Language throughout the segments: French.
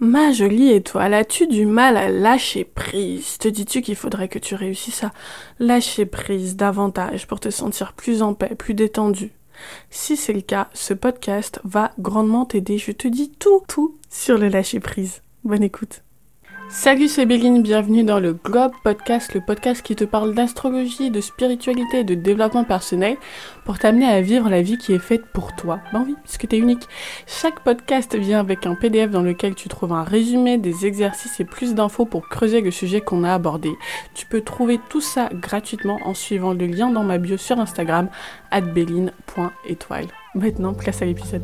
Ma jolie étoile, as-tu du mal à lâcher prise? Te dis-tu qu'il faudrait que tu réussisses à lâcher prise davantage pour te sentir plus en paix, plus détendu? Si c'est le cas, ce podcast va grandement t'aider. Je te dis tout sur le lâcher prise. Bonne écoute. Salut, c'est Béline, bienvenue dans le Globe Podcast, le podcast qui te parle d'astrologie, de spiritualité et de développement personnel pour t'amener à vivre la vie qui est faite pour toi. Ben oui, puisque t'es unique. Chaque podcast vient avec un PDF dans lequel tu trouves un résumé, des exercices et plus d'infos pour creuser le sujet qu'on a abordé. Tu peux trouver tout ça gratuitement en suivant le lien dans ma bio sur Instagram, @béline.étoile. Maintenant, place à l'épisode.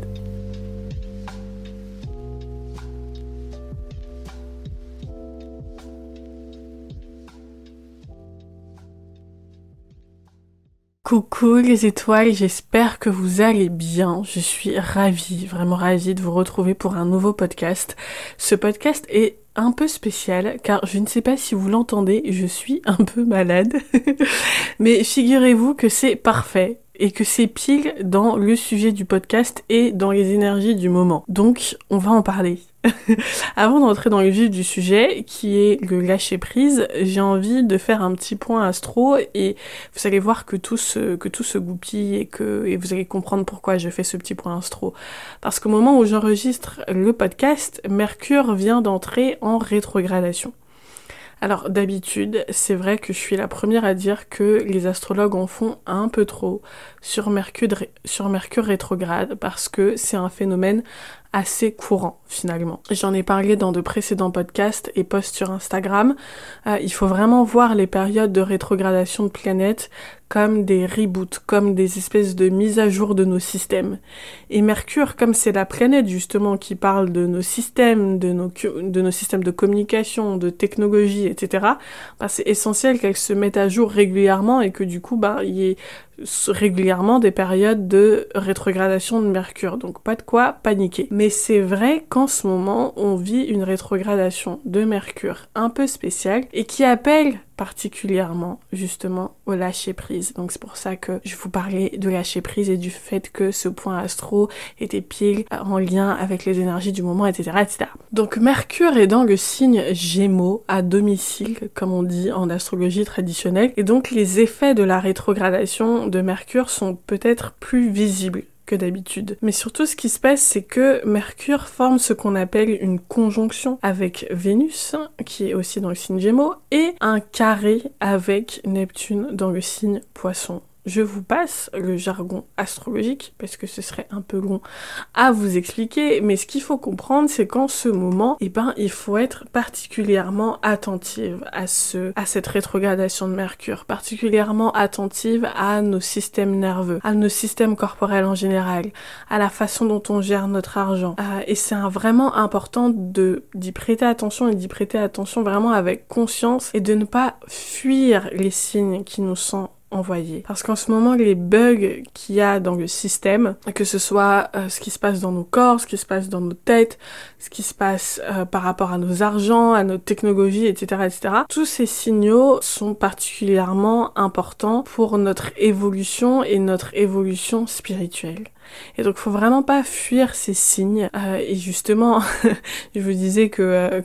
Coucou les étoiles, j'espère que vous allez bien. Je suis ravie, vraiment ravie de vous retrouver pour un nouveau podcast. Ce podcast est un peu spécial car je ne sais pas si vous l'entendez, je suis un peu malade. Mais figurez-vous que c'est parfait et que c'est pile dans le sujet du podcast et dans les énergies du moment. Donc, on va en parler. Avant d'entrer dans le vif du sujet, qui est le lâcher prise, j'ai envie de faire un petit point astro et vous allez voir que tout se goupille et vous allez comprendre pourquoi je fais ce petit point astro. Parce qu'au moment où j'enregistre le podcast, Mercure vient d'entrer en rétrogradation. Alors d'habitude, c'est vrai que je suis la première à dire que les astrologues en font un peu trop sur Mercure rétrograde parce que c'est un phénomène assez courant finalement. J'en ai parlé dans de précédents podcasts et posts sur Instagram. Il faut vraiment voir les périodes de rétrogradation de planètes comme des reboots, comme des espèces de mises à jour de nos systèmes. Et Mercure, comme c'est la planète justement qui parle de nos systèmes, de nos systèmes de communication, de technologie, etc., c'est essentiel qu'elle se mette à jour régulièrement et que du coup, il y ait régulièrement des périodes de rétrogradation de Mercure, donc pas de quoi paniquer. Mais c'est vrai qu'en ce moment, on vit une rétrogradation de Mercure un peu spéciale et qui appelle particulièrement justement au lâcher prise. Donc c'est pour ça que je vous parlais de lâcher prise et du fait que ce point astro était pile en lien avec les énergies du moment, etc., etc. Donc Mercure est dans le signe Gémeaux, à domicile, comme on dit en astrologie traditionnelle, et donc les effets de la rétrogradation de Mercure sont peut-être plus visibles que d'habitude. Mais surtout, ce qui se passe, c'est que Mercure forme ce qu'on appelle une conjonction avec Vénus, qui est aussi dans le signe Gémeaux, et un carré avec Neptune dans le signe Poisson. Je vous passe le jargon astrologique, parce que ce serait un peu long à vous expliquer, mais ce qu'il faut comprendre, c'est qu'en ce moment, il faut être particulièrement attentive à cette rétrogradation de Mercure, particulièrement attentive à nos systèmes nerveux, à nos systèmes corporels en général, à la façon dont on gère notre argent. Et c'est vraiment important d'y prêter attention et d'y prêter attention vraiment avec conscience et de ne pas fuir les signes qui nous sont envoyés. Parce qu'en ce moment, les bugs qu'il y a dans le système, que ce soit ce qui se passe dans nos corps, ce qui se passe dans nos têtes, ce qui se passe par rapport à nos argents, à nos technologies, etc., etc., tous ces signaux sont particulièrement importants pour notre évolution et notre évolution spirituelle. Et donc, faut vraiment pas fuir ces signes. Et justement, je vous disais que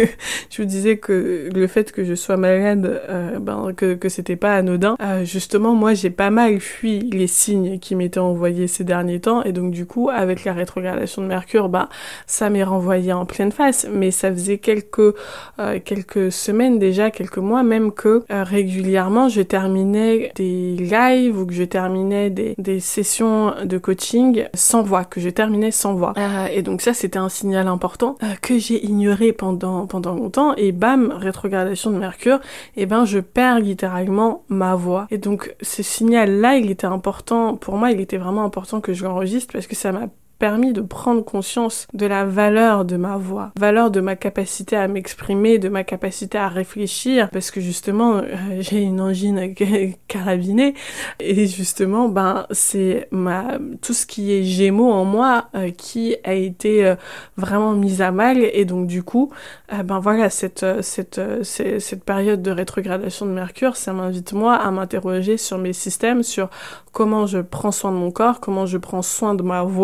le fait que je sois malade, que c'était pas anodin. Justement, moi, j'ai pas mal fui les signes qui m'étaient envoyés ces derniers temps. Et donc, du coup, avec la rétrogradation de Mercure, ça m'est renvoyé en pleine face. Mais ça faisait quelques semaines déjà, quelques mois même que régulièrement, je terminais des lives ou que je terminais des sessions de coaching sans voix, que je terminais sans voix. Et donc ça, c'était un signal important que j'ai ignoré pendant longtemps, et bam, rétrogradation de Mercure, et je perds littéralement ma voix. Et donc ce signal-là, il était important, pour moi, il était vraiment important que je l'enregistre parce que ça m'a permis de prendre conscience de la valeur de ma voix, valeur de ma capacité à m'exprimer, de ma capacité à réfléchir, parce que justement, j'ai une angine carabinée, et justement, c'est tout ce qui est Gémeaux en moi qui a été vraiment mise à mal, et donc du coup, cette période de rétrogradation de Mercure, ça m'invite moi à m'interroger sur mes systèmes, sur comment je prends soin de mon corps, comment je prends soin de ma voix,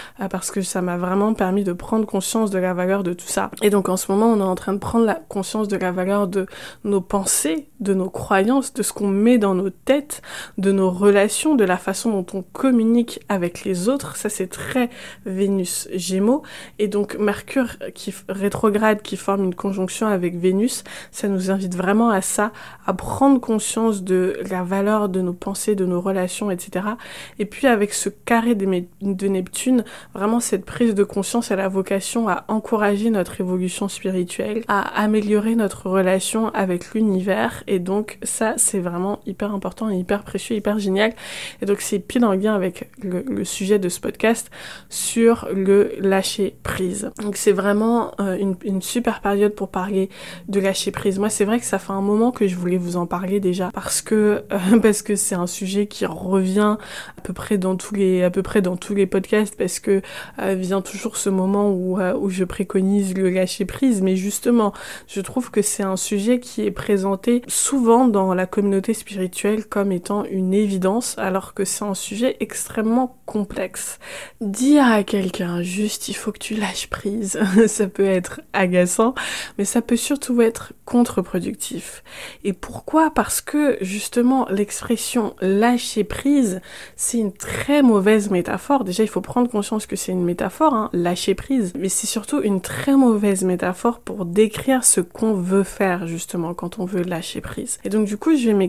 parce que ça m'a vraiment permis de prendre conscience de la valeur de tout ça. Et donc en ce moment, on est en train de prendre la conscience de la valeur de nos pensées, de nos croyances, de ce qu'on met dans nos têtes, de nos relations, de la façon dont on communique avec les autres. Ça, c'est très Vénus Gémeaux. Et donc Mercure qui rétrograde, qui forme une conjonction avec Vénus, ça nous invite vraiment à ça, à prendre conscience de la valeur de nos pensées, de nos relations, etc. Et puis avec ce carré de Neptune, vraiment cette prise de conscience, elle a vocation à encourager notre évolution spirituelle, à améliorer notre relation avec l'univers. Et donc ça, c'est vraiment hyper important et hyper précieux, hyper génial. Et donc c'est pile en lien avec le sujet de ce podcast sur le lâcher prise. Donc c'est vraiment une super période pour parler de lâcher prise. Moi, c'est vrai que ça fait un moment que je voulais vous en parler déjà parce que c'est un sujet qui revient à peu près dans tous les podcasts, parce que vient toujours ce moment où je préconise le lâcher prise. Mais justement, je trouve que c'est un sujet qui est présenté souvent dans la communauté spirituelle comme étant une évidence, alors que c'est un sujet extrêmement complexe. Dire à quelqu'un juste il faut que tu lâches prise, ça peut être agaçant, mais ça peut surtout être contre-productif. Et pourquoi ? Parce que justement l'expression lâcher prise, c'est une très mauvaise métaphore. Déjà, il faut prendre conscience que c'est une métaphore, lâcher prise, mais c'est surtout une très mauvaise métaphore pour décrire ce qu'on veut faire justement quand on veut lâcher prise. Et donc du coup, je vais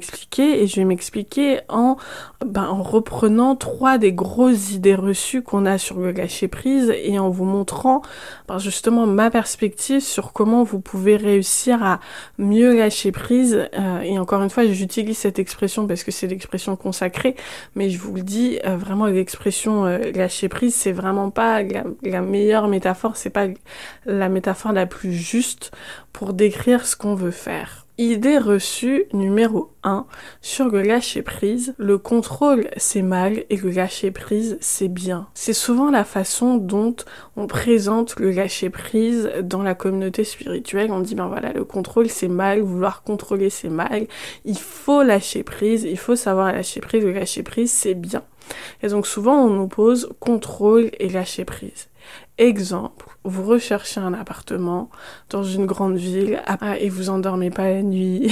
m'expliquer en reprenant 3 des grosses idées reçues qu'on a sur le lâcher prise et en vous montrant justement ma perspective sur comment vous pouvez réussir à mieux lâcher prise. Et encore une fois, j'utilise cette expression parce que c'est l'expression consacrée, mais je vous le dis, vraiment l'expression lâcher prise, c'est vraiment pas la meilleure métaphore, c'est pas la métaphore la plus juste pour décrire ce qu'on veut faire. Idée reçue numéro 1 sur le lâcher prise: le contrôle c'est mal et le lâcher prise c'est bien. C'est souvent la façon dont on présente le lâcher prise dans la communauté spirituelle. On dit le contrôle c'est mal, vouloir contrôler c'est mal, il faut lâcher prise, il faut savoir lâcher prise, le lâcher prise c'est bien. Et donc souvent on oppose contrôle et lâcher prise. Exemple, vous recherchez un appartement dans une grande ville et vous endormez pas la nuit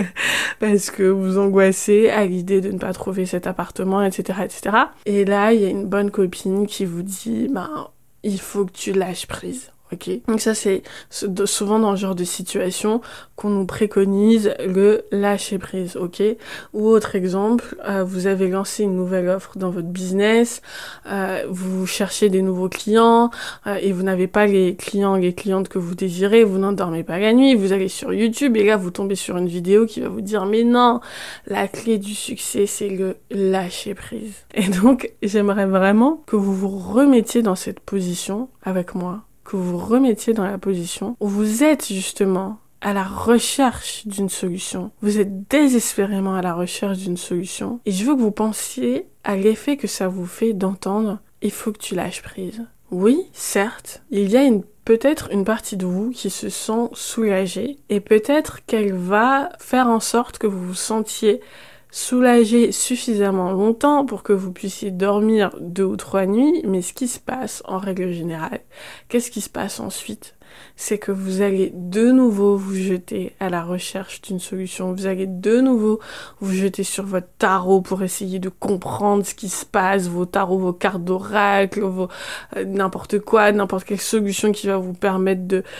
parce que vous angoissez à l'idée de ne pas trouver cet appartement, etc., etc. Et là, il y a une bonne copine qui vous dit, il faut que tu lâches prise. Ok. Donc ça, c'est souvent dans ce genre de situation qu'on nous préconise le lâcher prise, ok. Ou autre exemple, vous avez lancé une nouvelle offre dans votre business, vous cherchez des nouveaux clients et vous n'avez pas les clientes que vous désirez, vous n'endormez pas la nuit, vous allez sur YouTube et là vous tombez sur une vidéo qui va vous dire mais non, la clé du succès c'est le lâcher prise. Et donc j'aimerais vraiment que vous vous remettiez dans cette position avec moi, que vous vous remettiez dans la position où vous êtes justement à la recherche d'une solution. Vous êtes désespérément à la recherche d'une solution. Et je veux que vous pensiez à l'effet que ça vous fait d'entendre « il faut que tu lâches prise ». Oui, certes, il y a peut-être une partie de vous qui se sent soulagée et peut-être qu'elle va faire en sorte que vous vous sentiez soulagé suffisamment longtemps pour que vous puissiez dormir 2 ou 3 nuits, mais ce qui se passe en règle générale, qu'est-ce qui se passe ensuite ? C'est que vous allez de nouveau vous jeter à la recherche d'une solution, vous allez de nouveau vous jeter sur votre tarot pour essayer de comprendre ce qui se passe, vos tarots, vos cartes d'oracle, n'importe quelle solution qui va vous permettre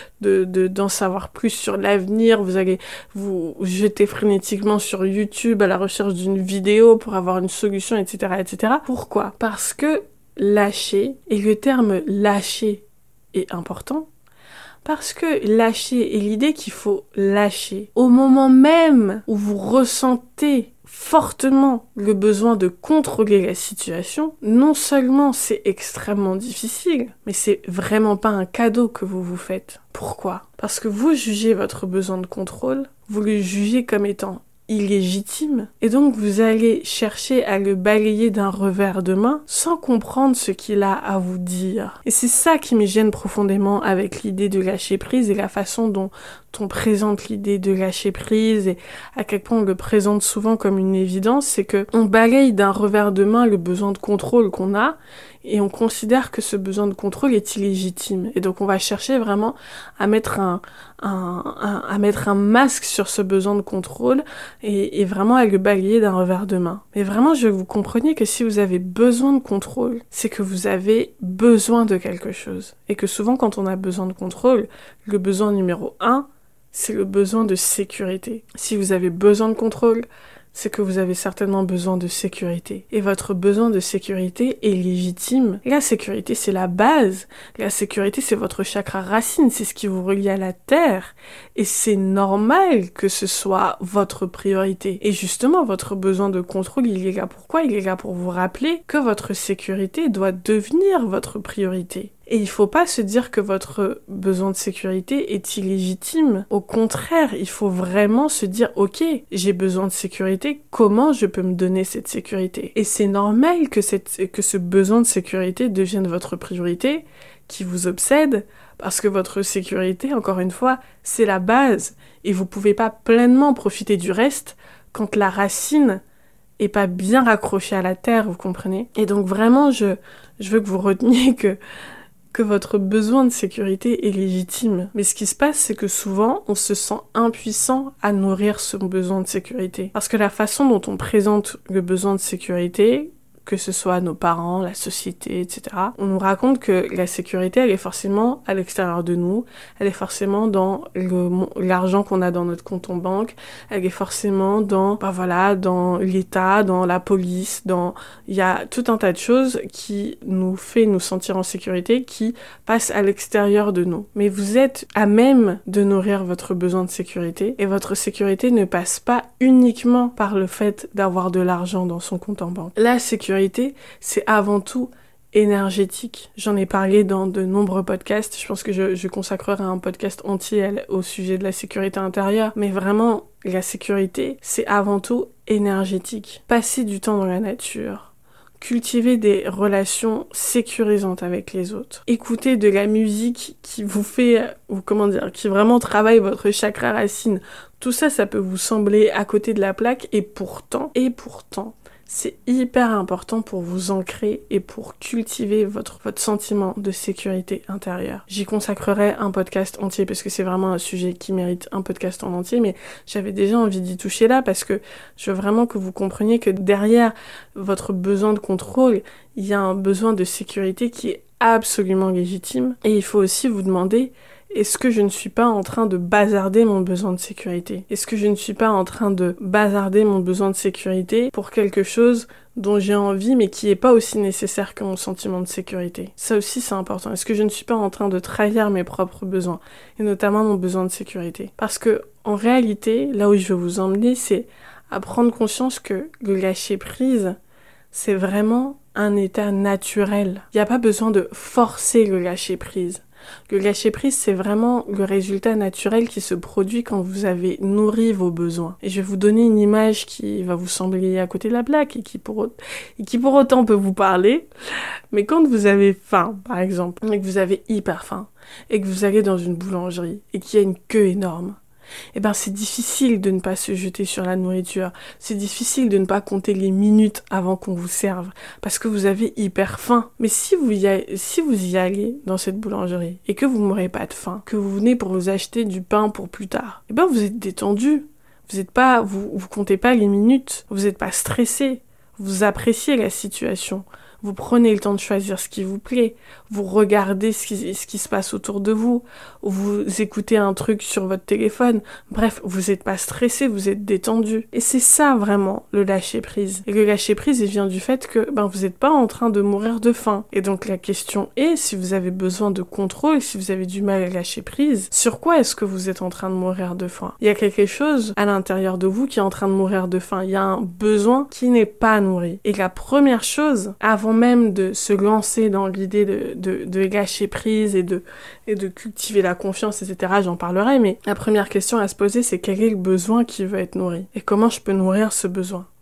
d'en savoir plus sur l'avenir. Vous allez vous jeter frénétiquement sur YouTube à la recherche d'une vidéo pour avoir une solution, etc., etc. Pourquoi ? Parce que lâcher, et le terme lâcher est important, parce que lâcher est l'idée qu'il faut lâcher. Au moment même où vous ressentez fortement le besoin de contrôler la situation, non seulement c'est extrêmement difficile, mais c'est vraiment pas un cadeau que vous vous faites. Pourquoi ? Parce que vous jugez votre besoin de contrôle, vous le jugez comme étant illégitime, et donc vous allez chercher à le balayer d'un revers de main sans comprendre ce qu'il a à vous dire. Et c'est ça qui me gêne profondément avec l'idée de lâcher prise et la façon dont on présente l'idée de lâcher prise et à quel point on le présente souvent comme une évidence, c'est que on balaye d'un revers de main le besoin de contrôle qu'on a et on considère que ce besoin de contrôle est illégitime. Et donc on va chercher vraiment à mettre à mettre un masque sur ce besoin de contrôle et vraiment à le balayer d'un revers de main. Mais vraiment, je veux que vous compreniez que si vous avez besoin de contrôle, c'est que vous avez besoin de quelque chose. Et que souvent, quand on a besoin de contrôle, le besoin numéro 1, c'est le besoin de sécurité. Si vous avez besoin de contrôle, c'est que vous avez certainement besoin de sécurité. Et votre besoin de sécurité est légitime. La sécurité, c'est la base. La sécurité, c'est votre chakra racine, c'est ce qui vous relie à la terre. Et c'est normal que ce soit votre priorité. Et justement, votre besoin de contrôle, il est là pourquoi? Il est là pour vous rappeler que votre sécurité doit devenir votre priorité. Et il faut pas se dire que votre besoin de sécurité est illégitime. Au contraire, il faut vraiment se dire, ok, j'ai besoin de sécurité, comment je peux me donner cette sécurité? Et c'est normal que ce besoin de sécurité devienne votre priorité, qui vous obsède, parce que votre sécurité, encore une fois, c'est la base. Et vous pouvez pas pleinement profiter du reste quand la racine est pas bien raccrochée à la terre, vous comprenez? Et donc vraiment, je veux que vous reteniez que votre besoin de sécurité est légitime. Mais ce qui se passe, c'est que souvent, on se sent impuissant à nourrir ce besoin de sécurité. Parce que la façon dont on présente le besoin de sécurité, que ce soit nos parents, la société, etc. On nous raconte que la sécurité, elle est forcément à l'extérieur de nous, elle est forcément dans l'argent qu'on a dans notre compte en banque, elle est forcément dans, dans l'État, dans la police, il y a tout un tas de choses qui nous fait nous sentir en sécurité, qui passent à l'extérieur de nous. Mais vous êtes à même de nourrir votre besoin de sécurité, et votre sécurité ne passe pas uniquement par le fait d'avoir de l'argent dans son compte en banque. La sécurité, c'est avant tout énergétique. J'en ai parlé dans de nombreux podcasts. Je pense que je consacrerai un podcast entier au sujet de la sécurité intérieure. Mais vraiment, la sécurité, c'est avant tout énergétique. Passer du temps dans la nature. Cultiver des relations sécurisantes avec les autres. Écouter de la musique qui vous fait, qui vraiment travaille votre chakra racine. Tout ça, ça peut vous sembler à côté de la plaque et pourtant, c'est hyper important pour vous ancrer et pour cultiver votre sentiment de sécurité intérieure. J'y consacrerai un podcast entier parce que c'est vraiment un sujet qui mérite un podcast en entier, mais j'avais déjà envie d'y toucher là parce que je veux vraiment que vous compreniez que derrière votre besoin de contrôle, il y a un besoin de sécurité qui est absolument légitime. Et il faut aussi vous demander, est-ce que je ne suis pas en train de bazarder mon besoin de sécurité? Est-ce que je ne suis pas en train de bazarder mon besoin de sécurité pour quelque chose dont j'ai envie mais qui est pas aussi nécessaire que mon sentiment de sécurité? Ça aussi c'est important. Est-ce que je ne suis pas en train de trahir mes propres besoins? Et notamment mon besoin de sécurité. Parce que en réalité, là où je veux vous emmener, c'est à prendre conscience que le lâcher prise, c'est vraiment un état naturel. Il n'y a pas besoin de forcer le lâcher prise. Le lâcher-prise, c'est vraiment le résultat naturel qui se produit quand vous avez nourri vos besoins. Et je vais vous donner une image qui va vous sembler à côté de la plaque et qui pour autant peut vous parler. Mais quand vous avez faim, par exemple, et que vous avez hyper faim, et que vous allez dans une boulangerie et qu'il y a une queue énorme, c'est difficile de ne pas se jeter sur la nourriture. C'est difficile de ne pas compter les minutes avant qu'on vous serve, parce que vous avez hyper faim. Mais si vous y allez dans cette boulangerie, et que vous n'aurez pas de faim, que vous venez pour vous acheter du pain pour plus tard, vous êtes détendu. Vous comptez pas les minutes. Vous n'êtes pas stressé. Vous appréciez la situation. Vous prenez le temps de choisir ce qui vous plaît, vous regardez ce qui se passe autour de vous, vous écoutez un truc sur votre téléphone, bref, vous n'êtes pas stressé, vous êtes détendu. Et c'est ça vraiment le lâcher-prise. Et le lâcher-prise, il vient du fait que vous n'êtes pas en train de mourir de faim. Et donc la question est, si vous avez besoin de contrôle, si vous avez du mal à lâcher prise, sur quoi est-ce que vous êtes en train de mourir de faim? Il y a quelque chose à l'intérieur de vous qui est en train de mourir de faim. Il y a un besoin qui n'est pas nourri. Et la première chose, avant même de se lancer dans l'idée de lâcher prise et de cultiver la confiance, etc., j'en parlerai, mais la première question à se poser, c'est quel est le besoin qui veut être nourri? Et comment je peux nourrir ce besoin?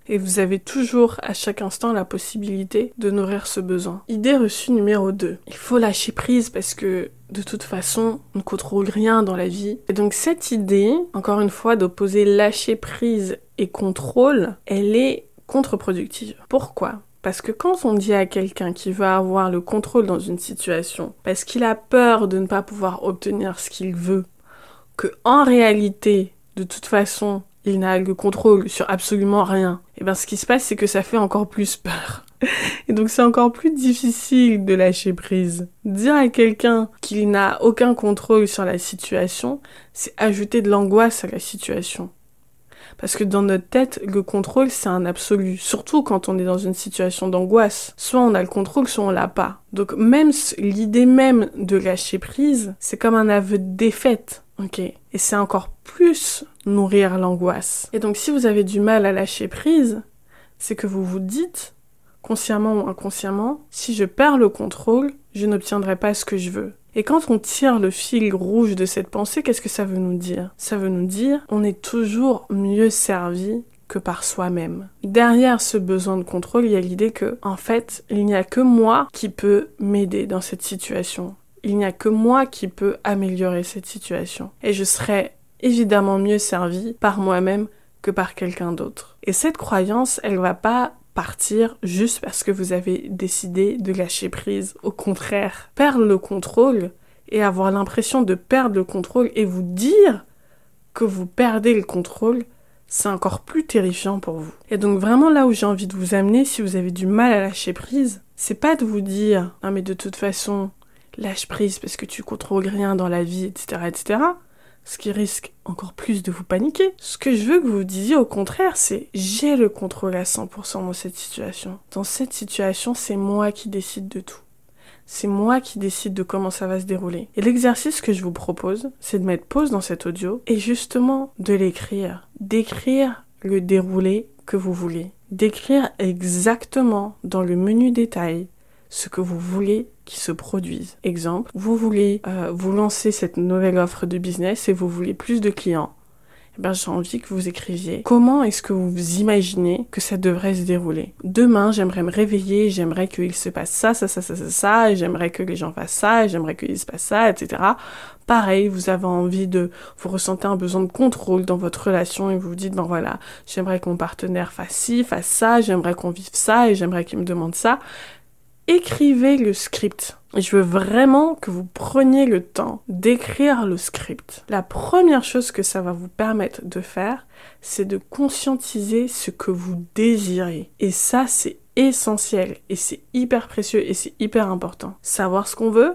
Et vous avez toujours, à chaque instant, la possibilité de nourrir ce besoin. Idée reçue numéro 2. Il faut lâcher prise parce que, de toute façon, on ne contrôle rien dans la vie. Et donc cette idée, encore une fois, d'opposer lâcher prise et contrôle, elle est contre-productive. Pourquoi ? Parce que quand on dit à quelqu'un qui veut avoir le contrôle dans une situation, parce qu'il a peur de ne pas pouvoir obtenir ce qu'il veut, que en réalité, de toute façon, il n'a le contrôle sur absolument rien, et bien ce qui se passe, c'est que ça fait encore plus peur. Et donc c'est encore plus difficile de lâcher prise. Dire à quelqu'un qu'il n'a aucun contrôle sur la situation, c'est ajouter de l'angoisse à la situation. Parce que dans notre tête, le contrôle, c'est un absolu. Surtout quand on est dans une situation d'angoisse. Soit on a le contrôle, soit on l'a pas. Donc même l'idée même de lâcher prise, c'est comme un aveu de défaite. Ok. Et c'est encore plus nourrir l'angoisse. Et donc si vous avez du mal à lâcher prise, c'est que vous vous dites, consciemment ou inconsciemment, si je perds le contrôle, je n'obtiendrai pas ce que je veux. Et quand on tire le fil rouge de cette pensée, qu'est-ce que ça veut nous dire ? Ça veut nous dire, on est toujours mieux servi que par soi-même. Derrière ce besoin de contrôle, il y a l'idée que, en fait, il n'y a que moi qui peut m'aider dans cette situation. Il n'y a que moi qui peut améliorer cette situation. Et je serai évidemment mieux servi par moi-même que par quelqu'un d'autre. Et cette croyance, elle va pas partir juste parce que vous avez décidé de lâcher prise. Au contraire, perdre le contrôle et avoir l'impression de perdre le contrôle et vous dire que vous perdez le contrôle, c'est encore plus terrifiant pour vous. Et donc vraiment là où j'ai envie de vous amener, si vous avez du mal à lâcher prise, c'est pas de vous dire « Ah mais de toute façon, lâche prise parce que tu contrôles rien dans la vie, etc. etc. » Ce qui risque encore plus de vous paniquer. Ce que je veux que vous disiez au contraire, c'est j'ai le contrôle à 100% dans cette situation. Dans cette situation, c'est moi qui décide de tout. C'est moi qui décide de comment ça va se dérouler. Et l'exercice que je vous propose, c'est de mettre pause dans cet audio et justement de l'écrire. D'écrire le déroulé que vous voulez. D'écrire exactement dans le menu détail ce que vous voulez qui se produise. Exemple, vous voulez vous lancer cette nouvelle offre de business et vous voulez plus de clients. Eh bien, j'ai envie que vous écriviez comment est-ce que vous imaginez que ça devrait se dérouler. Demain, j'aimerais me réveiller, j'aimerais qu'il se passe ça, et j'aimerais que les gens fassent ça, et j'aimerais qu'il se passe ça, etc. Pareil, vous avez envie vous ressentez un besoin de contrôle dans votre relation et vous vous dites, ben voilà, j'aimerais que mon partenaire fasse ci, fasse ça, j'aimerais qu'on vive ça, et j'aimerais qu'il me demande ça. Écrivez le script. Et je veux vraiment que vous preniez le temps d'écrire le script. La première chose que ça va vous permettre de faire, c'est de conscientiser ce que vous désirez. Et ça, c'est essentiel. Et c'est hyper précieux et c'est hyper important. Savoir ce qu'on veut,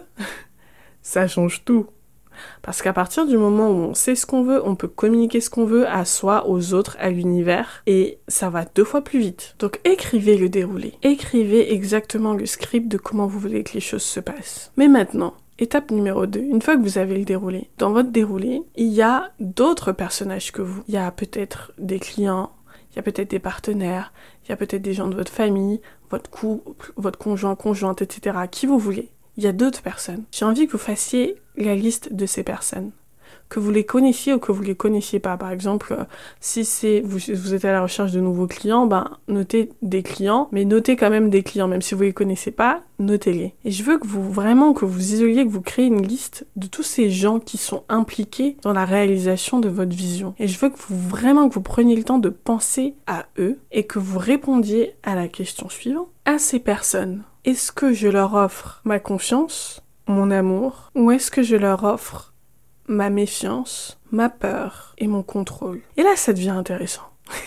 ça change tout. Parce qu'à partir du moment où on sait ce qu'on veut, on peut communiquer ce qu'on veut à soi, aux autres, à l'univers, et ça va 2 fois plus vite. Donc écrivez le déroulé. Écrivez exactement le script de comment vous voulez que les choses se passent. Mais maintenant, étape numéro 2, une fois que vous avez le déroulé, dans votre déroulé, il y a d'autres personnages que vous. Il y a peut-être des clients, il y a peut-être des partenaires, il y a peut-être des gens de votre famille, votre couple, votre conjoint, conjointe, etc. Qui vous voulez. Il y a d'autres personnes. J'ai envie que vous fassiez la liste de ces personnes. Que vous les connaissiez ou que vous les connaissiez pas. Par exemple, si vous êtes à la recherche de nouveaux clients, notez des clients, mais notez quand même des clients. Même si vous les connaissez pas, notez-les. Et je veux que vous isoliez, que vous créez une liste de tous ces gens qui sont impliqués dans la réalisation de votre vision. Et je veux que vous preniez le temps de penser à eux et que vous répondiez à la question suivante. À ces personnes, est-ce que je leur offre ma confiance, mon amour, ou est-ce que je leur offre ma méfiance, ma peur et mon contrôle? Et là, ça devient intéressant.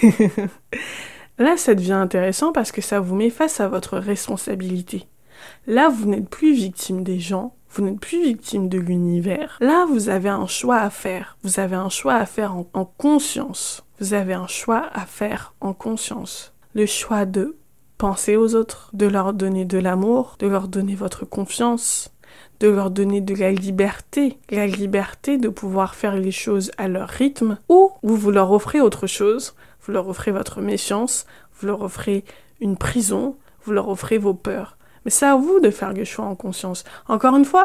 Là, ça devient intéressant parce que ça vous met face à votre responsabilité. Là, vous n'êtes plus victime des gens, vous n'êtes plus victime de l'univers. Là, vous avez un choix à faire. Vous avez un choix à faire en conscience. Vous avez un choix à faire en conscience. Le choix de penser aux autres, de leur donner de l'amour, de leur donner votre confiance, de leur donner de la liberté de pouvoir faire les choses à leur rythme, ou vous leur offrez autre chose, vous leur offrez votre méfiance, vous leur offrez une prison, vous leur offrez vos peurs. Mais c'est à vous de faire le choix en conscience. Encore une fois,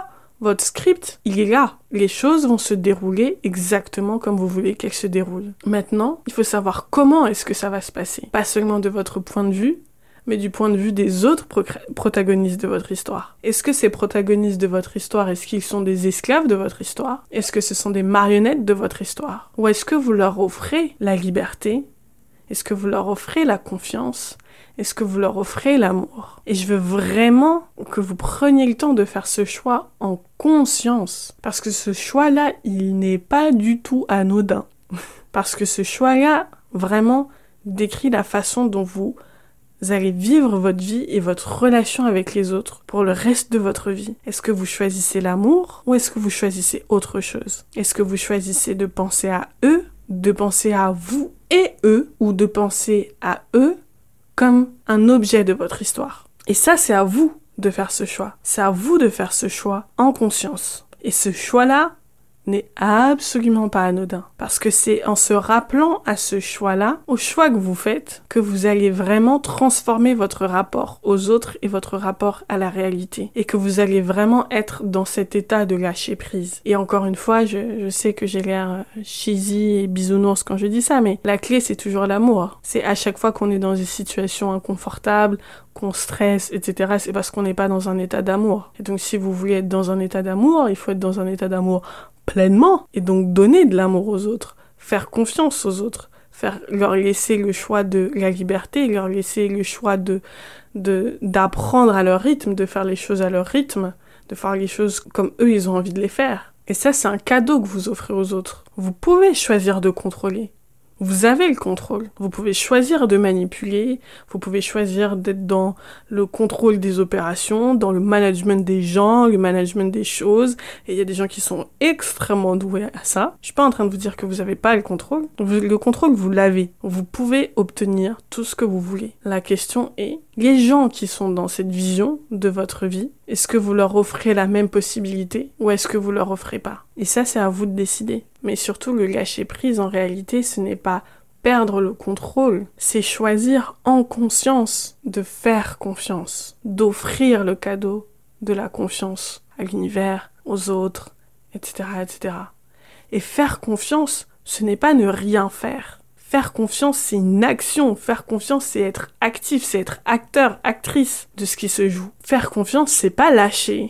Votre script, il est là. Les choses vont se dérouler exactement comme vous voulez qu'elles se déroulent. Maintenant, il faut savoir comment est-ce que ça va se passer. Pas seulement de votre point de vue, mais du point de vue des autres protagonistes de votre histoire. Est-ce que ces protagonistes de votre histoire, est-ce qu'ils sont des esclaves de votre histoire? Est-ce que ce sont des marionnettes de votre histoire? Ou est-ce que vous leur offrez la liberté? Est-ce que vous leur offrez la confiance? Est-ce que vous leur offrez l'amour? Et je veux vraiment que vous preniez le temps de faire ce choix en conscience. Parce que ce choix-là, il n'est pas du tout anodin. Parce que ce choix-là, vraiment, décrit la façon dont vous allez vivre votre vie et votre relation avec les autres pour le reste de votre vie. Est-ce que vous choisissez l'amour ou est-ce que vous choisissez autre chose? Est-ce que vous choisissez de penser à eux, de penser à vous et eux, ou de penser à eux comme un objet de votre histoire? Et ça, c'est à vous de faire ce choix. C'est à vous de faire ce choix en conscience. Et ce choix-là n'est absolument pas anodin. Parce que c'est en se rappelant à ce choix-là, au choix que vous faites, que vous allez vraiment transformer votre rapport aux autres et votre rapport à la réalité. Et que vous allez vraiment être dans cet état de lâcher prise. Et encore une fois, je sais que j'ai l'air cheesy et bisounours quand je dis ça, mais la clé, c'est toujours l'amour. C'est à chaque fois qu'on est dans des situations inconfortables, qu'on stresse, etc., c'est parce qu'on n'est pas dans un état d'amour. Et donc, si vous voulez être dans un état d'amour, il faut être dans un état d'amour pleinement, et donc donner de l'amour aux autres, faire confiance aux autres, leur laisser le choix de la liberté, leur laisser le choix d'apprendre à leur rythme, de faire les choses à leur rythme, de faire les choses comme eux, ils ont envie de les faire. Et ça, c'est un cadeau que vous offrez aux autres. Vous pouvez choisir de contrôler. Vous avez le contrôle. Vous pouvez choisir de manipuler, vous pouvez choisir d'être dans le contrôle des opérations, dans le management des gens, le management des choses. Et il y a des gens qui sont extrêmement doués à ça. Je suis pas en train de vous dire que vous avez pas le contrôle. Le contrôle, vous l'avez. Vous pouvez obtenir tout ce que vous voulez. La question est, les gens qui sont dans cette vision de votre vie, est-ce que vous leur offrez la même possibilité ou est-ce que vous leur offrez pas? Et ça, c'est à vous de décider. Mais surtout, le lâcher prise, en réalité, ce n'est pas perdre le contrôle, c'est choisir en conscience de faire confiance, d'offrir le cadeau de la confiance à l'univers, aux autres, etc., etc. Et faire confiance, ce n'est pas ne rien faire. Faire confiance, c'est une action. Faire confiance, c'est être actif, c'est être acteur, actrice de ce qui se joue. Faire confiance, c'est pas lâcher.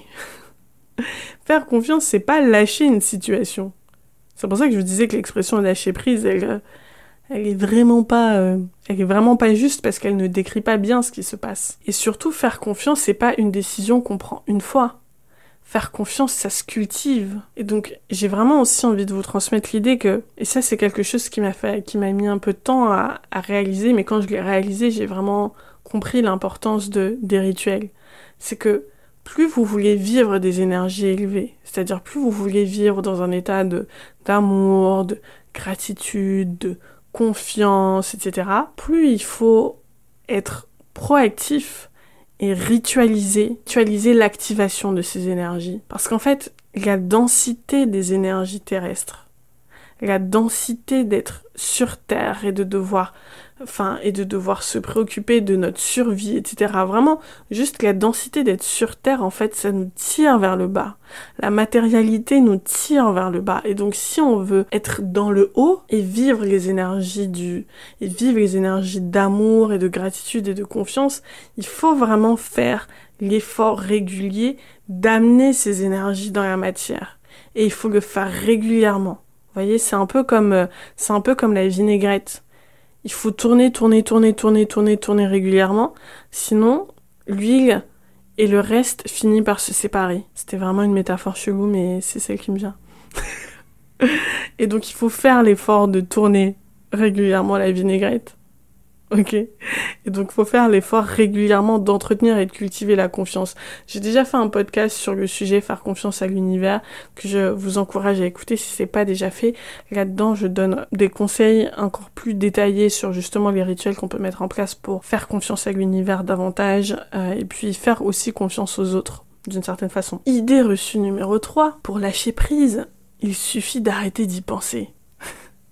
Faire confiance, c'est pas lâcher une situation. C'est pour ça que je vous disais que l'expression lâcher prise, elle est vraiment pas juste parce qu'elle ne décrit pas bien ce qui se passe. Et surtout, faire confiance, c'est pas une décision qu'on prend une fois. Faire confiance, ça se cultive. Et donc, j'ai vraiment aussi envie de vous transmettre l'idée que, et ça c'est quelque chose qui m'a mis un peu de temps à réaliser, mais quand je l'ai réalisé, j'ai vraiment compris l'importance des rituels. C'est que plus vous voulez vivre des énergies élevées, c'est-à-dire plus vous voulez vivre dans un état d'amour, de gratitude, de confiance, etc., plus il faut être proactif et ritualiser l'activation de ces énergies. Parce qu'en fait, la densité des énergies terrestres, la densité d'être sur Terre et de devoir se préoccuper de notre survie, etc. Vraiment, juste la densité d'être sur Terre, en fait, ça nous tire vers le bas. La matérialité nous tire vers le bas. Et donc, si on veut être dans le haut et vivre les énergies d'amour et de gratitude et de confiance, il faut vraiment faire l'effort régulier d'amener ces énergies dans la matière. Et il faut le faire régulièrement. Vous voyez, c'est un peu comme la vinaigrette. Il faut tourner régulièrement. Sinon, l'huile et le reste finit par se séparer. C'était vraiment une métaphore chelou, mais c'est celle qui me vient. Et donc, il faut faire l'effort de tourner régulièrement la vinaigrette. Ok. Et donc, il faut faire l'effort régulièrement d'entretenir et de cultiver la confiance. J'ai déjà fait un podcast sur le sujet faire confiance à l'univers que je vous encourage à écouter si c'est pas déjà fait. Là-dedans, je donne des conseils encore plus détaillés sur justement les rituels qu'on peut mettre en place pour faire confiance à l'univers davantage et puis faire aussi confiance aux autres d'une certaine façon. Idée reçue numéro 3, pour lâcher prise, il suffit d'arrêter d'y penser.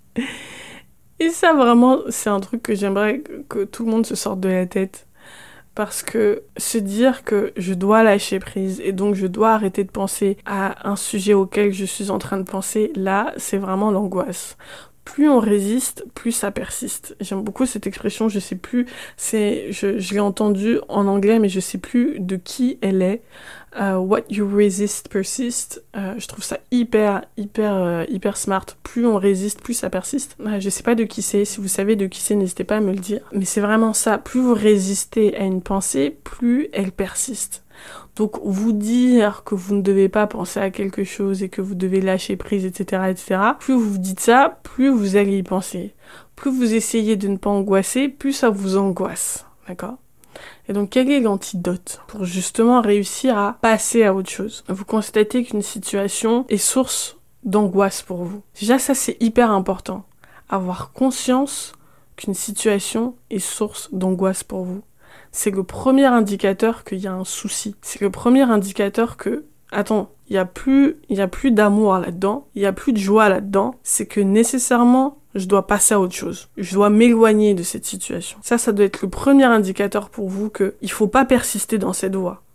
Et ça, vraiment, c'est un truc que j'aimerais que tout le monde se sorte de la tête. Parce que se dire que je dois lâcher prise et donc je dois arrêter de penser à un sujet auquel je suis en train de penser, là, c'est vraiment l'angoisse. Plus on résiste, plus ça persiste. J'aime beaucoup cette expression, je sais plus, je l'ai entendue en anglais, mais je sais plus de qui elle est. What you resist persist. Je trouve ça hyper smart. Plus on résiste, plus ça persiste. Je sais pas de qui c'est. Si vous savez de qui c'est, n'hésitez pas à me le dire. Mais c'est vraiment ça. Plus vous résistez à une pensée, plus elle persiste. Donc vous dire que vous ne devez pas penser à quelque chose et que vous devez lâcher prise, etc., plus vous dites ça, plus vous allez y penser. Plus vous essayez de ne pas angoisser, plus ça vous angoisse. D'accord ? Et donc, quel est l'antidote pour justement réussir à passer à autre chose ? Vous constatez qu'une situation est source d'angoisse pour vous. Déjà, ça, c'est hyper important. Avoir conscience qu'une situation est source d'angoisse pour vous. C'est le premier indicateur qu'il y a un souci. C'est le premier indicateur que, attends, il y a plus d'amour là-dedans, il y a plus de joie là-dedans. C'est que nécessairement, je dois passer à autre chose. Je dois m'éloigner de cette situation. Ça doit être le premier indicateur pour vous que il faut pas persister dans cette voie.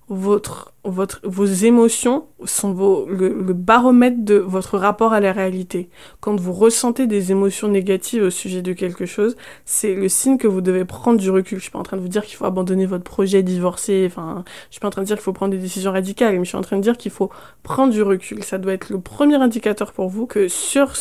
Vos émotions sont le baromètre de votre rapport à la réalité. Quand vous ressentez des émotions négatives au sujet de quelque chose, c'est le signe que vous devez prendre du recul. Je suis pas en train de vous dire qu'il faut abandonner votre projet, divorcer, je suis pas en train de dire qu'il faut prendre des décisions radicales, mais je suis en train de dire qu'il faut prendre du recul. Ça doit être le premier indicateur pour vous que sur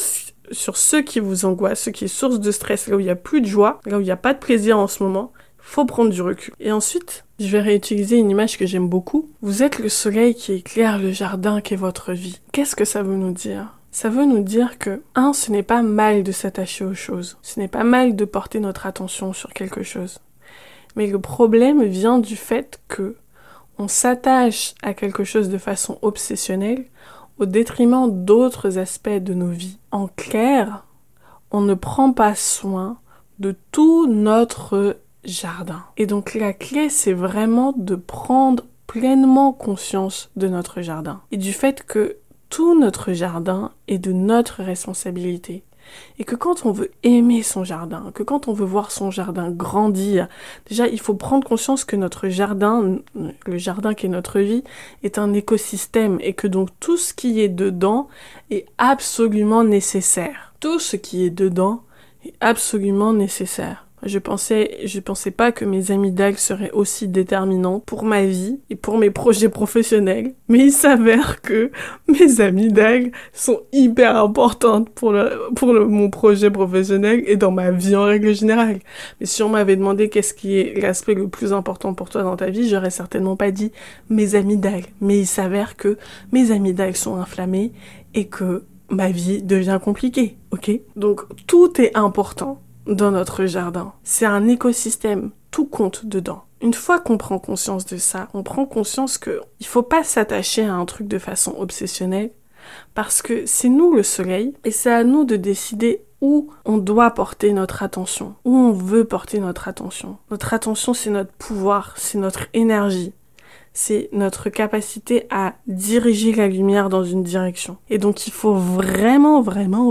ce qui vous angoisse, ce qui est source de stress, là où il n'y a plus de joie, là où il n'y a pas de plaisir en ce moment, faut prendre du recul. Et ensuite, je vais réutiliser une image que j'aime beaucoup. Vous êtes le soleil qui éclaire le jardin qu'est votre vie. Qu'est-ce que ça veut nous dire ? Ça veut nous dire que, ce n'est pas mal de s'attacher aux choses. Ce n'est pas mal de porter notre attention sur quelque chose. Mais le problème vient du fait que on s'attache à quelque chose de façon obsessionnelle au détriment d'autres aspects de nos vies. En clair, on ne prend pas soin de tout notre jardin. Et donc la clé, c'est vraiment de prendre pleinement conscience de notre jardin et du fait que tout notre jardin est de notre responsabilité. Et que quand on veut aimer son jardin, que quand on veut voir son jardin grandir, déjà il faut prendre conscience que notre jardin, le jardin qui est notre vie, est un écosystème et que donc tout ce qui est dedans est absolument nécessaire. Tout ce qui est dedans est absolument nécessaire. Je pensais pas que mes amygdales seraient aussi déterminantes pour ma vie et pour mes projets professionnels, mais il s'avère que mes amygdales sont hyper importantes pour mon projet professionnel et dans ma vie en règle générale. Mais si on m'avait demandé qu'est-ce qui est l'aspect le plus important pour toi dans ta vie, j'aurais certainement pas dit mes amygdales. Mais il s'avère que mes amygdales sont inflammées et que ma vie devient compliquée, ok ? Donc tout est important dans notre jardin. C'est un écosystème, tout compte dedans. Une fois qu'on prend conscience de ça, on prend conscience que il faut pas s'attacher à un truc de façon obsessionnelle parce que c'est nous le soleil et c'est à nous de décider où on doit porter notre attention, où on veut porter notre attention. Notre attention, c'est notre pouvoir, c'est notre énergie. C'est notre capacité à diriger la lumière dans une direction. Et donc il faut vraiment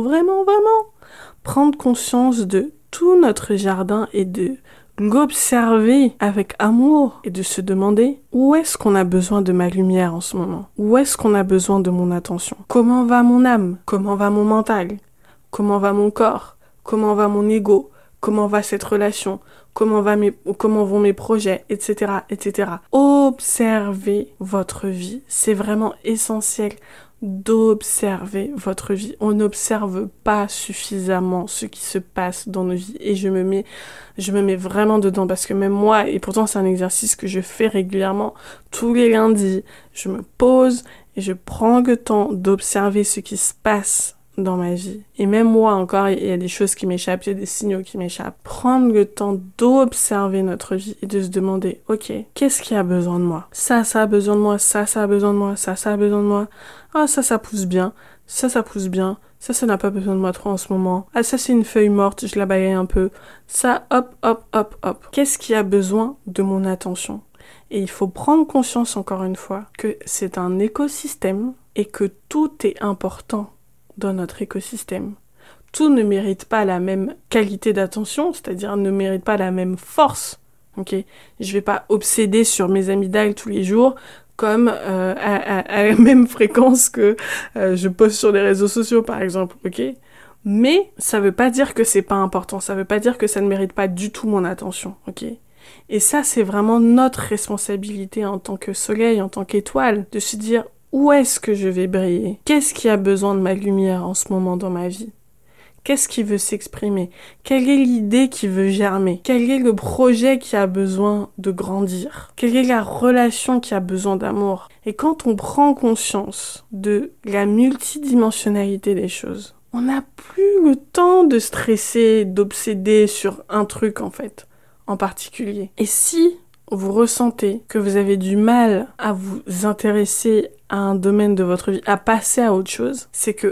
prendre conscience de tout notre jardin et de l'observer avec amour et de se demander où est-ce qu'on a besoin de ma lumière en ce moment ? Où est-ce qu'on a besoin de mon attention ? Comment va mon âme ? Comment va mon mental ? Comment va mon corps ? Comment va mon ego ? Comment va cette relation ? Comment vont mes projets, etc., etc. Observez votre vie. C'est vraiment essentiel d'observer votre vie. On n'observe pas suffisamment ce qui se passe dans nos vies et je me mets vraiment dedans parce que même moi, et pourtant c'est un exercice que je fais régulièrement, tous les lundis, je me pose et je prends le temps d'observer ce qui se passe dans ma vie. Et même moi encore, il y a des choses qui m'échappent, il y a des signaux qui m'échappent. Prendre le temps d'observer notre vie et de se demander, ok, qu'est-ce qui a besoin de moi ? Ça a besoin de moi, ça a besoin de moi, ça a besoin de moi. Ah, ça pousse bien, ça pousse bien, ça n'a pas besoin de moi trop en ce moment. Ah, ça c'est une feuille morte, je la balaye un peu. Ça, hop. Qu'est-ce qui a besoin de mon attention ? Et il faut prendre conscience encore une fois que c'est un écosystème et que tout est important dans notre écosystème. Tout ne mérite pas la même qualité d'attention, c'est-à-dire ne mérite pas la même force ok ? Je vais pas obséder sur mes amygdales tous les jours comme à la même fréquence que je poste sur les réseaux sociaux, par exemple, ok ? Mais ça veut pas dire que c'est pas important, ça veut pas dire que ça ne mérite pas du tout mon attention, ok ? Et ça, c'est vraiment notre responsabilité en tant que soleil, en tant qu'étoile, de se dire où est-ce que je vais briller ? Qu'est-ce qui a besoin de ma lumière en ce moment dans ma vie ? Qu'est-ce qui veut s'exprimer ? Quelle est l'idée qui veut germer ? Quel est le projet qui a besoin de grandir ? Quelle est la relation qui a besoin d'amour ? Et quand on prend conscience de la multidimensionnalité des choses, on n'a plus le temps de stresser, d'obséder sur un truc en fait, en particulier. Et si vous ressentez que vous avez du mal à vous intéresser à un domaine de votre vie, à passer à autre chose, c'est que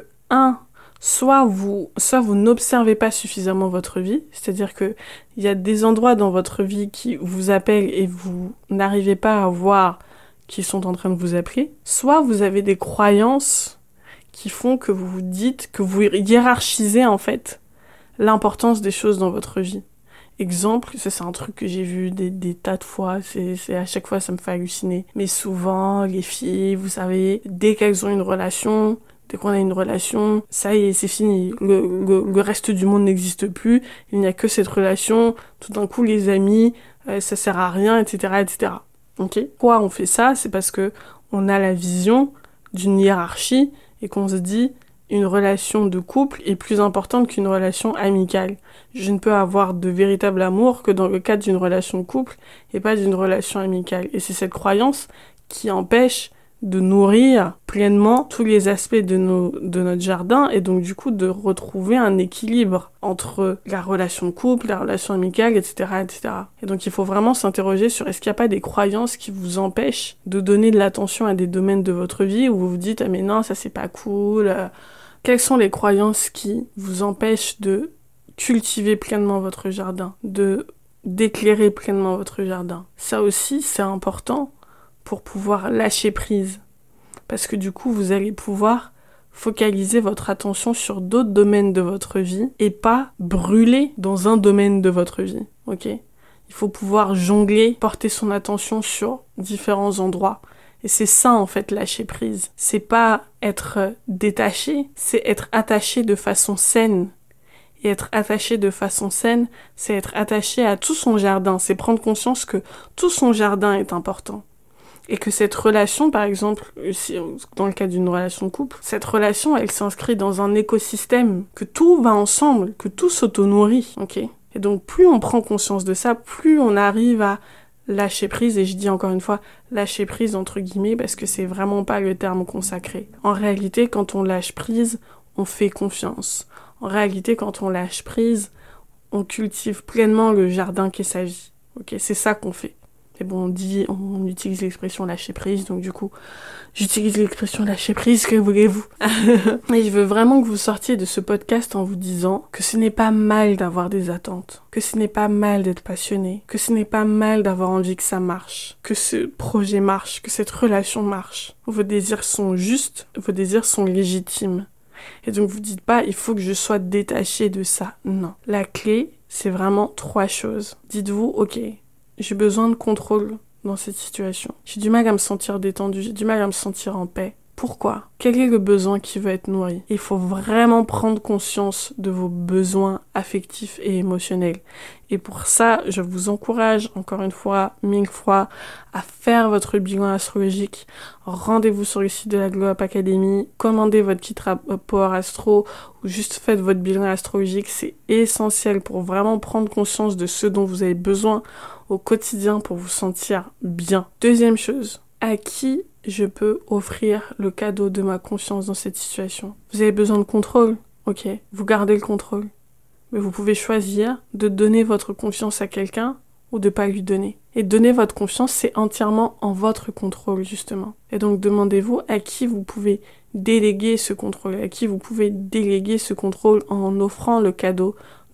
soit vous n'observez pas suffisamment votre vie, c'est-à-dire que il y a des endroits dans votre vie qui vous appellent et vous n'arrivez pas à voir qu'ils sont en train de vous appeler, soit vous avez des croyances qui font que vous vous dites, que vous hiérarchisez en fait l'importance des choses dans votre vie. Exemple, ça c'est un truc que j'ai vu des tas de fois, c'est à chaque fois ça me fait halluciner. Mais souvent, les filles, vous savez, dès qu'elles ont une relation, dès qu'on a une relation, ça y est, c'est fini. Le reste du monde n'existe plus, il n'y a que cette relation, tout d'un coup les amis, ça sert à rien, etc., etc. Ok ? Pourquoi on fait ça ? C'est parce que on a la vision d'une hiérarchie et qu'on se dit une relation de couple est plus importante qu'une relation amicale. Je ne peux avoir de véritable amour que dans le cadre d'une relation de couple et pas d'une relation amicale. Et c'est cette croyance qui empêche de nourrir pleinement tous les aspects de notre jardin et donc du coup de retrouver un équilibre entre la relation de couple, la relation amicale, etc., etc. Et donc il faut vraiment s'interroger sur est-ce qu'il n'y a pas des croyances qui vous empêchent de donner de l'attention à des domaines de votre vie où vous vous dites « Ah mais non, ça c'est pas cool ». Quelles sont les croyances qui vous empêchent de cultiver pleinement votre jardin, d'éclairer pleinement votre jardin ? Ça aussi, c'est important pour pouvoir lâcher prise. Parce que du coup, vous allez pouvoir focaliser votre attention sur d'autres domaines de votre vie et pas brûler dans un domaine de votre vie, ok ? Il faut pouvoir jongler, porter son attention sur différents endroits. Et c'est ça, en fait, lâcher prise. C'est pas être détaché, c'est être attaché de façon saine. Et être attaché de façon saine, c'est être attaché à tout son jardin. C'est prendre conscience que tout son jardin est important. Et que cette relation, par exemple, dans le cas d'une relation de couple, cette relation, elle s'inscrit dans un écosystème, que tout va ensemble, que tout s'auto-nourrit, ok ? Et donc, plus on prend conscience de ça, plus on arrive à lâcher prise, et je dis encore une fois, lâcher prise entre guillemets, parce que c'est vraiment pas le terme consacré. En réalité, quand on lâche prise, on fait confiance. En réalité, quand on lâche prise, on cultive pleinement le jardin qu'est sa vie. Ok, c'est ça qu'on fait. Et bon, on utilise l'expression lâcher prise, donc du coup, j'utilise l'expression lâcher prise, que voulez-vous ? Et je veux vraiment que vous sortiez de ce podcast en vous disant que ce n'est pas mal d'avoir des attentes, que ce n'est pas mal d'être passionné, que ce n'est pas mal d'avoir envie que ça marche, que ce projet marche, que cette relation marche. Vos désirs sont justes, vos désirs sont légitimes. Et donc vous dites pas, il faut que je sois détaché de ça. Non. La clé, c'est vraiment 3 choses. Dites-vous, ok, j'ai besoin de contrôle dans cette situation. J'ai du mal à me sentir détendue, j'ai du mal à me sentir en paix. Pourquoi ? Quel est le besoin qui veut être nourri ? Il faut vraiment prendre conscience de vos besoins affectifs et émotionnels. Et pour ça, je vous encourage, encore une fois, 1000 fois, à faire votre bilan astrologique. Rendez-vous sur le site de la Glow Up Academy, commandez votre kit Power Astro, ou juste faites votre bilan astrologique. C'est essentiel pour vraiment prendre conscience de ce dont vous avez besoin au quotidien pour vous sentir bien. Deuxième chose, à qui je peux offrir le cadeau de ma confiance dans cette situation ? Vous avez besoin de contrôle ? Ok, vous gardez le contrôle. Mais vous pouvez choisir de donner votre confiance à quelqu'un ou de pas lui donner. Et donner votre confiance, c'est entièrement en votre contrôle, justement. Et donc, demandez-vous à qui vous pouvez déléguer ce contrôle, à qui vous pouvez déléguer ce contrôle en offrant le cadeau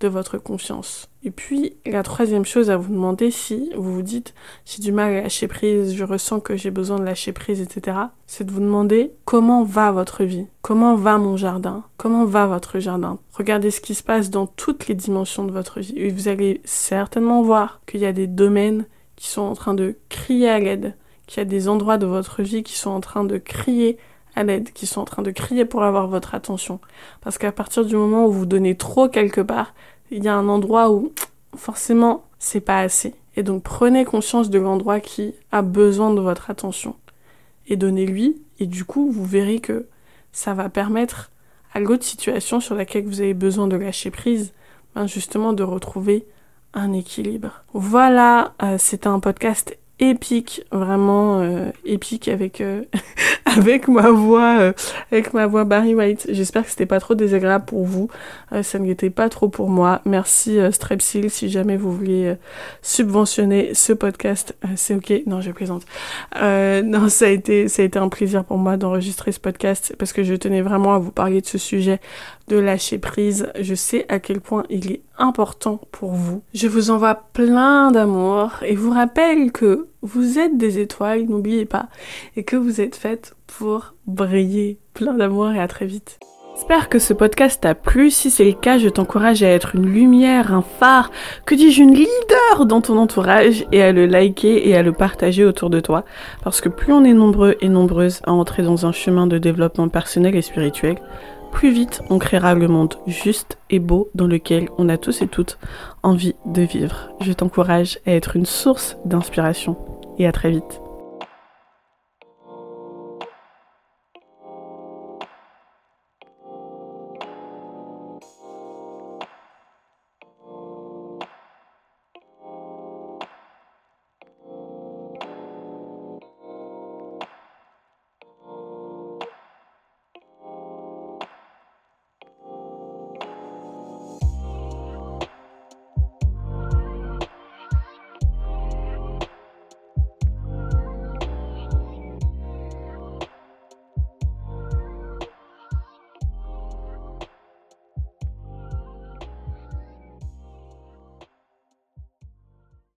de votre confiance. Et puis, la troisième chose à vous demander, si vous vous dites « j'ai du mal à lâcher prise, je ressens que j'ai besoin de lâcher prise, etc. », c'est de vous demander comment va votre vie, comment va mon jardin, comment va votre jardin. Regardez ce qui se passe dans toutes les dimensions de votre vie. Et vous allez certainement voir qu'il y a des domaines qui sont en train de crier à l'aide, qu'il y a des endroits de votre vie qui sont en train de crier à l'aide, qui sont en train de crier pour avoir votre attention. Parce qu'à partir du moment où vous donnez trop quelque part, il y a un endroit où, forcément, c'est pas assez. Et donc, prenez conscience de l'endroit qui a besoin de votre attention. Et donnez-lui, et du coup, vous verrez que ça va permettre à l'autre situation sur laquelle vous avez besoin de lâcher prise, justement de retrouver un équilibre. Voilà, c'était un podcast épique, vraiment épique avec avec ma voix Barry White. J'espère que c'était pas trop désagréable pour vous. Ça ne l'était pas trop pour moi. Merci Strepsil, si jamais vous voulez subventionner ce podcast, c'est ok. Non, je plaisante. Non, ça a été un plaisir pour moi d'enregistrer ce podcast parce que je tenais vraiment à vous parler de ce sujet de lâcher prise. Je sais à quel point il est important pour vous. Je vous envoie plein d'amour et vous rappelle que vous êtes des étoiles, n'oubliez pas, et que vous êtes faites pour briller. Plein d'amour et à très vite. J'espère que ce podcast t'a plu. Si c'est le cas, je t'encourage à être une lumière, un phare, que dis-je, une leader dans ton entourage et à le liker et à le partager autour de toi. Parce que plus on est nombreux et nombreuses à entrer dans un chemin de développement personnel et spirituel, plus vite on créera le monde juste et beau dans lequel on a tous et toutes envie de vivre. Je t'encourage à être une source d'inspiration et à très vite.